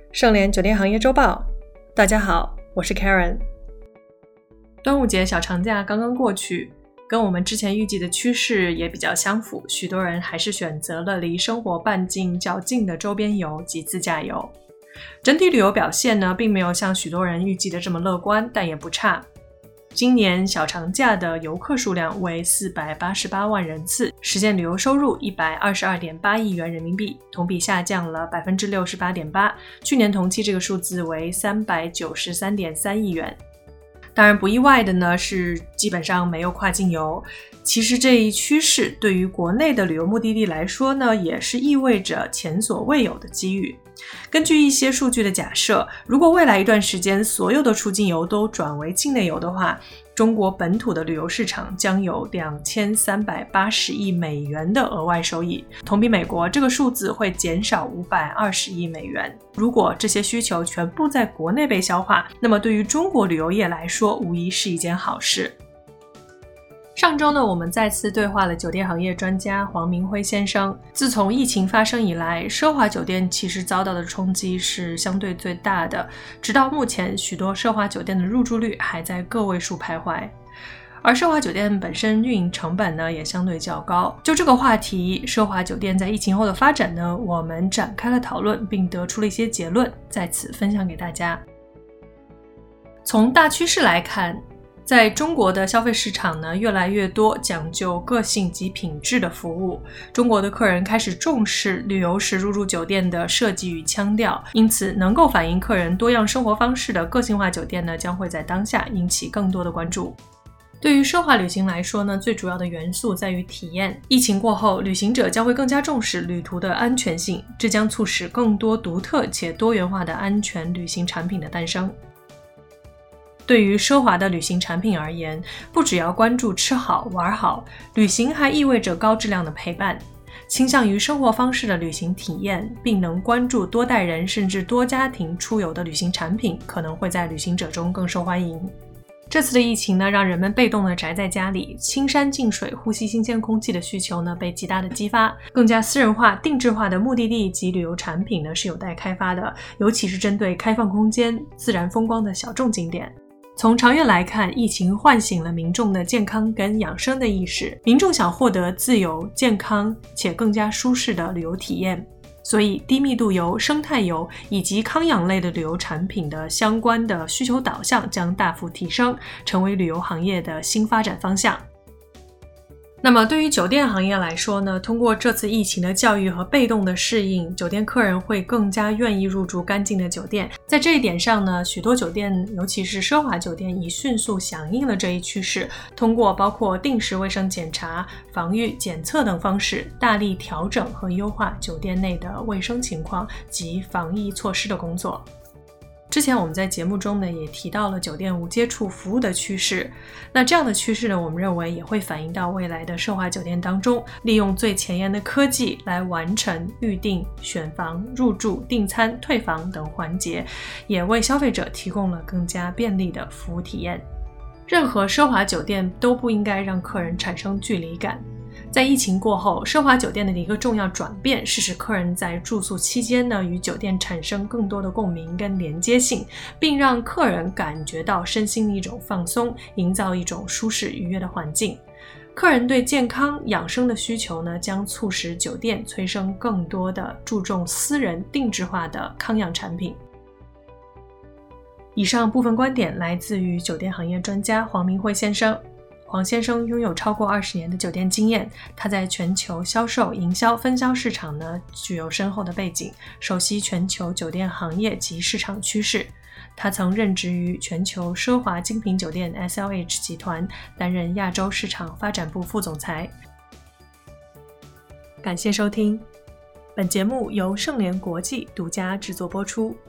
盛联酒店行业周报，大家好，我是 Karen。 端午节小长假刚刚过去，跟我们之前预计的趋势也比较相符，许多人还是选择了离生活半径较近的周边游及自驾游。整体旅游表现呢，并没有像许多人预计的这么乐观，但也不差。今年小长假的游客数量为488万人次，实现旅游收入122.8亿元人民币，同比下降了 68.8%， 去年同期这个数字为393.3亿元。当然不意外的呢，是基本上没有跨境游。其实这一趋势对于国内的旅游目的地来说呢，也是意味着前所未有的机遇。根据一些数据的假设，如果未来一段时间所有的出境游都转为境内游的话，中国本土的旅游市场将有2380亿美元的额外收益，同比美国这个数字会减少520亿美元。如果这些需求全部在国内被消化，那么对于中国旅游业来说，无疑是一件好事。上周呢，我们再次对话了酒店行业专家黄明辉先生。自从疫情发生以来，奢华酒店其实遭到的冲击是相对最大的，直到目前许多奢华酒店的入住率还在个位数徘徊，而奢华酒店本身运营成本呢也相对较高。就这个话题，奢华酒店在疫情后的发展呢，我们展开了讨论，并得出了一些结论，在此分享给大家。从大趋势来看，在中国的消费市场呢，越来越多讲究个性及品质的服务。中国的客人开始重视旅游时入住酒店的设计与腔调，因此能够反映客人多样生活方式的个性化酒店呢，将会在当下引起更多的关注。对于奢华旅行来说呢，最主要的元素在于体验。疫情过后，旅行者将会更加重视旅途的安全性，这将促使更多独特且多元化的安全旅行产品的诞生。对于奢华的旅行产品而言，不只要关注吃好玩好，旅行还意味着高质量的陪伴。倾向于生活方式的旅行体验，并能关注多代人甚至多家庭出游的旅行产品，可能会在旅行者中更受欢迎。这次的疫情呢，让人们被动地宅在家里，青山净水、呼吸新鲜空气的需求呢，被极大的激发。更加私人化、定制化的目的地及旅游产品呢，是有待开发的，尤其是针对开放空间、自然风光的小众景点。从长远来看，疫情唤醒了民众的健康跟养生的意识，民众想获得自由、健康且更加舒适的旅游体验，所以低密度游、生态游以及康养类的旅游产品的相关的需求导向将大幅提升，成为旅游行业的新发展方向。那么对于酒店行业来说呢，通过这次疫情的教育和被动的适应，酒店客人会更加愿意入住干净的酒店。在这一点上呢，许多酒店，尤其是奢华酒店，已迅速响应了这一趋势，通过包括定时卫生检查、防御检测等方式，大力调整和优化酒店内的卫生情况及防疫措施的工作。之前我们在节目中呢也提到了酒店无接触服务的趋势，那这样的趋势呢，我们认为也会反映到未来的奢华酒店当中，利用最前沿的科技来完成预订、选房、入住、订餐、退房等环节，也为消费者提供了更加便利的服务体验。任何奢华酒店都不应该让客人产生距离感。在疫情过后，奢华酒店的一个重要转变是使客人在住宿期间呢，与酒店产生更多的共鸣跟连接性，并让客人感觉到身心的一种放松，营造一种舒适愉悦的环境。客人对健康养生的需求呢，将促使酒店催生更多的注重私人定制化的康养产品。以上部分观点来自于酒店行业专家黄明辉先生。黄先生拥有超过20年的酒店经验，他在全球销售、营销、分销市场呢具有深厚的背景，熟悉全球酒店行业及市场趋势。他曾任职于全球奢华精品酒店 SLH 集团，担任亚洲市场发展部副总裁。感谢收听，本节目由盛联国际独家制作播出。